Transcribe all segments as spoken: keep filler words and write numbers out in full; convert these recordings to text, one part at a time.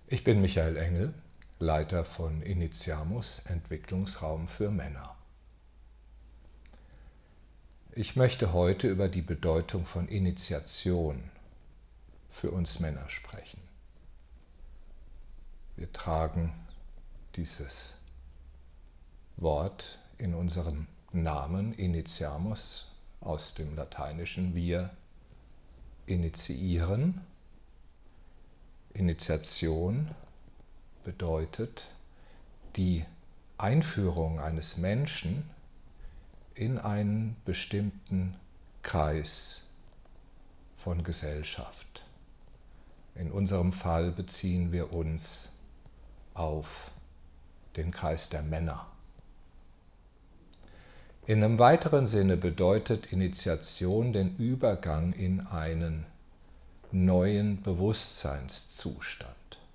Ich bin Michael Engel, Leiter von Initiamus, Entwicklungsraum für Männer. Ich möchte heute über die Bedeutung von Initiation für uns Männer sprechen. Wir tragen dieses Wort in unserem Namen, Initiamus, aus dem Lateinischen. Wir initiieren. Initiation bedeutet die Einführung eines Menschen in einen bestimmten Kreis von Gesellschaft. In unserem Fall beziehen wir uns auf den Kreis der Männer. In einem weiteren Sinne bedeutet Initiation den Übergang in einen neuen Bewusstseinszustand,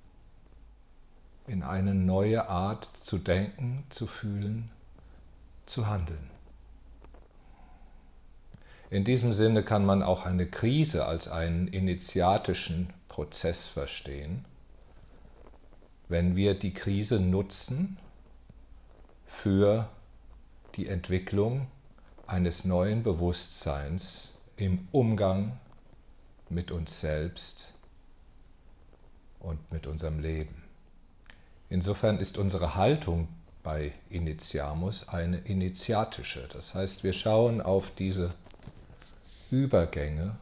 in eine neue Art zu denken, zu fühlen, zu handeln. In diesem Sinne kann man auch eine Krise als einen initiatischen Prozess verstehen, wenn wir die Krise nutzen für die Entwicklung eines neuen Bewusstseins im Umgang mit uns selbst und mit unserem Leben. Insofern ist unsere Haltung bei Initiamus eine initiatische. Das heißt, wir schauen auf diese Übergänge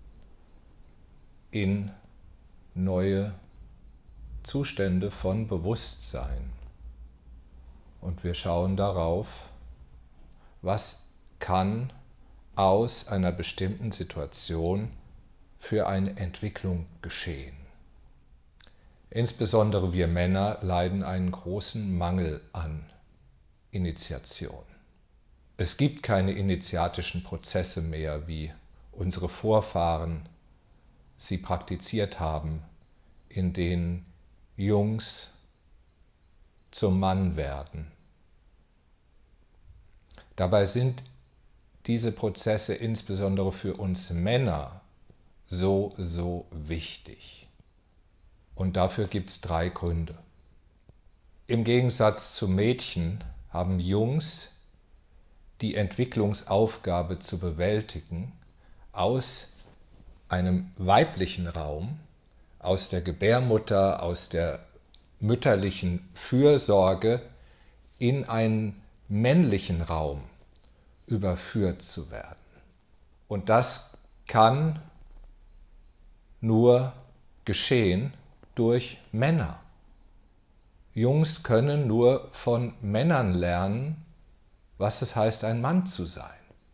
in neue Zustände von Bewusstsein. Und wir schauen darauf, was kann aus einer bestimmten Situation für eine Entwicklung geschehen. Insbesondere wir Männer leiden einen großen Mangel an Initiation. Es gibt keine initiatischen Prozesse mehr, wie unsere Vorfahren sie praktiziert haben, in denen Jungs zum Mann werden. Dabei sind diese Prozesse insbesondere für uns Männer so, so wichtig. Und dafür gibt es drei Gründe. Im Gegensatz zu Mädchen haben Jungs die Entwicklungsaufgabe zu bewältigen, aus einem weiblichen Raum, aus der Gebärmutter, aus der mütterlichen Fürsorge in einen männlichen Raum überführt zu werden. Und das kann nur geschehen durch Männer. Jungs können nur von Männern lernen, was es heißt, ein Mann zu sein.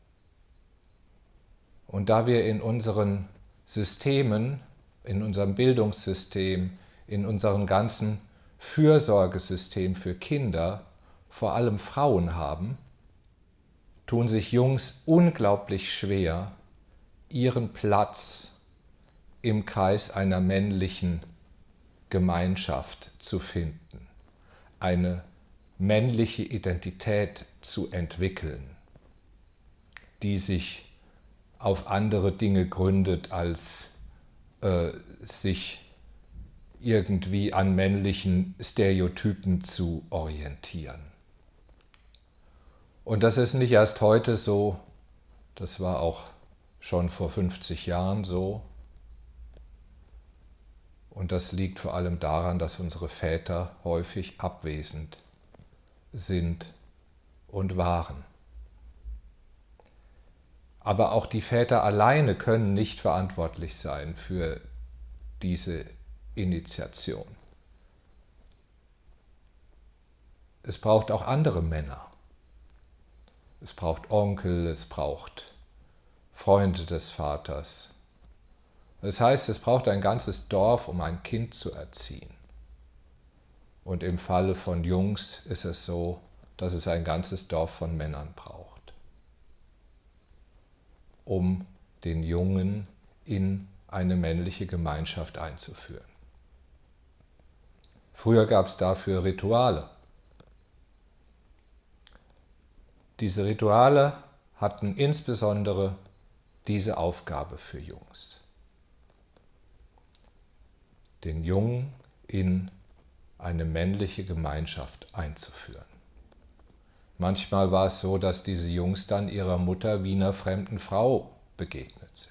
Und da wir in unseren Systemen, in unserem Bildungssystem, in unserem ganzen Fürsorgesystem für Kinder vor allem Frauen haben, tun sich Jungs unglaublich schwer, ihren Platz im Kreis einer männlichen Gemeinschaft zu finden, eine männliche Identität zu entwickeln, die sich auf andere Dinge gründet, als äh, sich irgendwie an männlichen Stereotypen zu orientieren. Und das ist nicht erst heute so, das war auch schon vor fünfzig Jahren so. Und das liegt vor allem daran, dass unsere Väter häufig abwesend sind und waren. Aber auch die Väter alleine können nicht verantwortlich sein für diese Initiation. Es braucht auch andere Männer. Es braucht Onkel, es braucht Freunde des Vaters. Das heißt, es braucht ein ganzes Dorf, um ein Kind zu erziehen. Und im Falle von Jungs ist es so, dass es ein ganzes Dorf von Männern braucht, um den Jungen in eine männliche Gemeinschaft einzuführen. Früher gab es dafür Rituale. Diese Rituale hatten insbesondere diese Aufgabe für Jungs. Den Jungen in eine männliche Gemeinschaft einzuführen. Manchmal war es so, dass diese Jungs dann ihrer Mutter wie einer fremden Frau begegnet sind.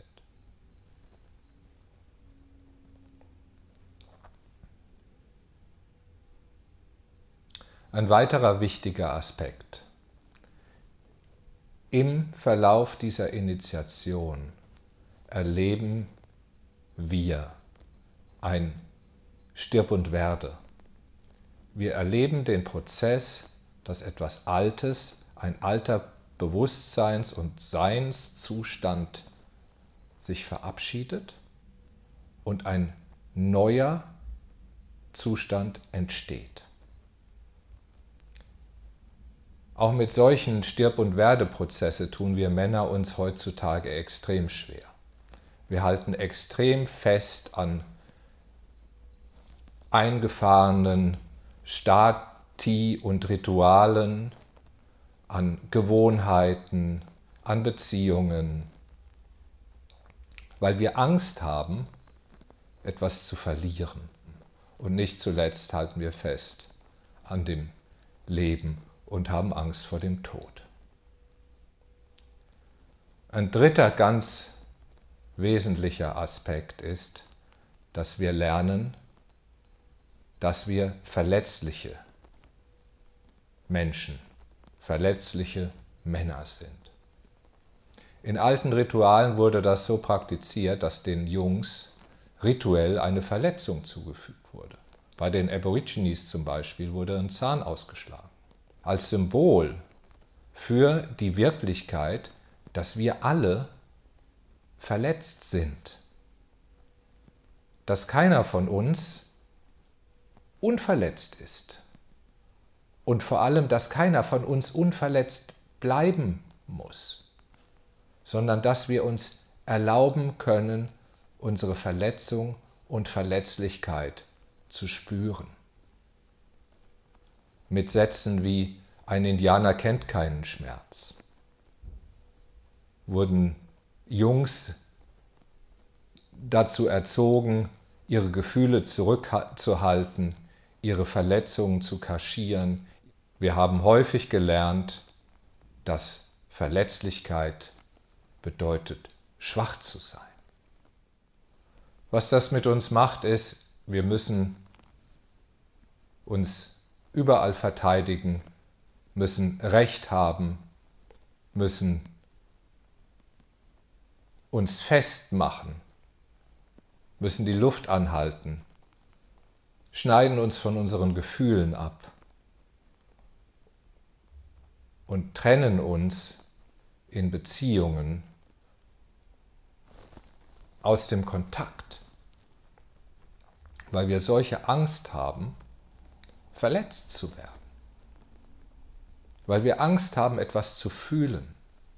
Ein weiterer wichtiger Aspekt. Im Verlauf dieser Initiation erleben wir ein Stirb und Werde. Wir erleben den Prozess, dass etwas Altes, ein alter Bewusstseins- und Seinszustand sich verabschiedet und ein neuer Zustand entsteht. Auch mit solchen Stirb- und Werdeprozesse tun wir Männer uns heutzutage extrem schwer. Wir halten extrem fest an eingefahrenen Stati und Ritualen, an Gewohnheiten, an Beziehungen, weil wir Angst haben, etwas zu verlieren. Und nicht zuletzt halten wir fest an dem Leben und haben Angst vor dem Tod. Ein dritter ganz wesentlicher Aspekt ist, dass wir lernen, dass wir verletzliche Menschen, verletzliche Männer sind. In alten Ritualen wurde das so praktiziert, dass den Jungs rituell eine Verletzung zugefügt wurde. Bei den Aborigines zum Beispiel wurde ein Zahn ausgeschlagen. Als Symbol für die Wirklichkeit, dass wir alle verletzt sind. Dass keiner von uns unverletzt ist. Und vor allem, dass keiner von uns unverletzt bleiben muss, sondern dass wir uns erlauben können, unsere Verletzung und Verletzlichkeit zu spüren. Mit Sätzen wie ein Indianer kennt keinen Schmerz, wurden Jungs dazu erzogen, ihre Gefühle zurückzuhalten, ihre Verletzungen zu kaschieren. Wir haben häufig gelernt, dass Verletzlichkeit bedeutet, schwach zu sein. Was das mit uns macht, ist, wir müssen uns überall verteidigen, müssen Recht haben, müssen uns festmachen, müssen die Luft anhalten, schneiden uns von unseren Gefühlen ab und trennen uns in Beziehungen aus dem Kontakt, weil wir solche Angst haben, verletzt zu werden, weil wir Angst haben, etwas zu fühlen.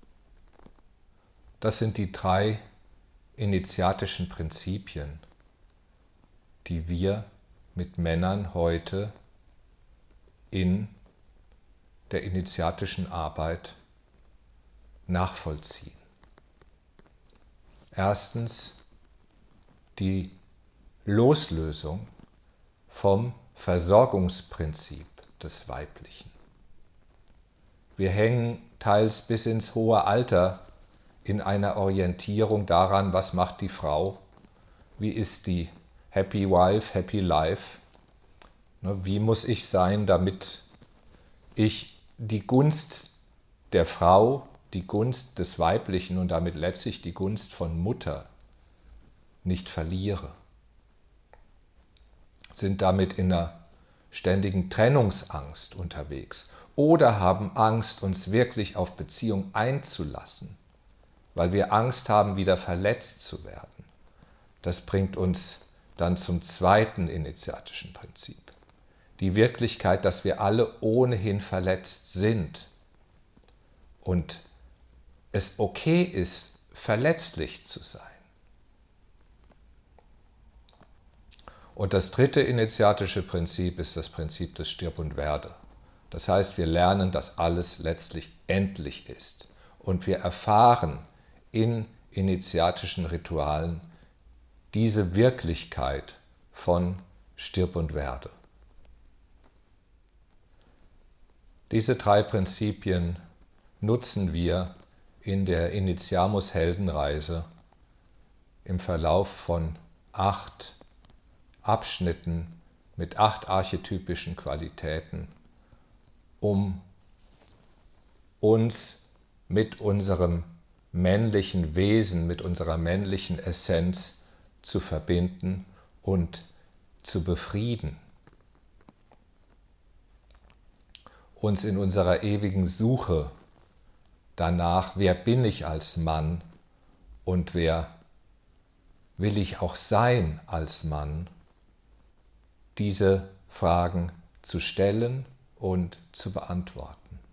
Das sind die drei initiatischen Prinzipien, die wir mit Männern heute in der initiatischen Arbeit nachvollziehen. Erstens die Loslösung vom Versorgungsprinzip des Weiblichen. Wir hängen teils bis ins hohe Alter in einer Orientierung daran, was macht die Frau, wie ist die Happy Wife, Happy Life, wie muss ich sein, damit ich die Gunst der Frau, die Gunst des Weiblichen und damit letztlich die Gunst von Mutter nicht verliere. Sind damit in einer ständigen Trennungsangst unterwegs oder haben Angst, uns wirklich auf Beziehung einzulassen, weil wir Angst haben, wieder verletzt zu werden. Das bringt uns dann zum zweiten initiatischen Prinzip. Die Wirklichkeit, dass wir alle ohnehin verletzt sind und es okay ist, verletzlich zu sein. Und das dritte initiatische Prinzip ist das Prinzip des Stirb und Werde. Das heißt, wir lernen, dass alles letztlich endlich ist. Und wir erfahren in initiatischen Ritualen diese Wirklichkeit von stirb und werde. Diese drei Prinzipien nutzen wir in der Initiamus Heldenreise im Verlauf von acht Abschnitten mit acht archetypischen Qualitäten, um uns mit unserem männlichen Wesen, mit unserer männlichen Essenz zu verbinden und zu befrieden. Uns in unserer ewigen Suche danach, wer bin ich als Mann und wer will ich auch sein als Mann, diese Fragen zu stellen und zu beantworten.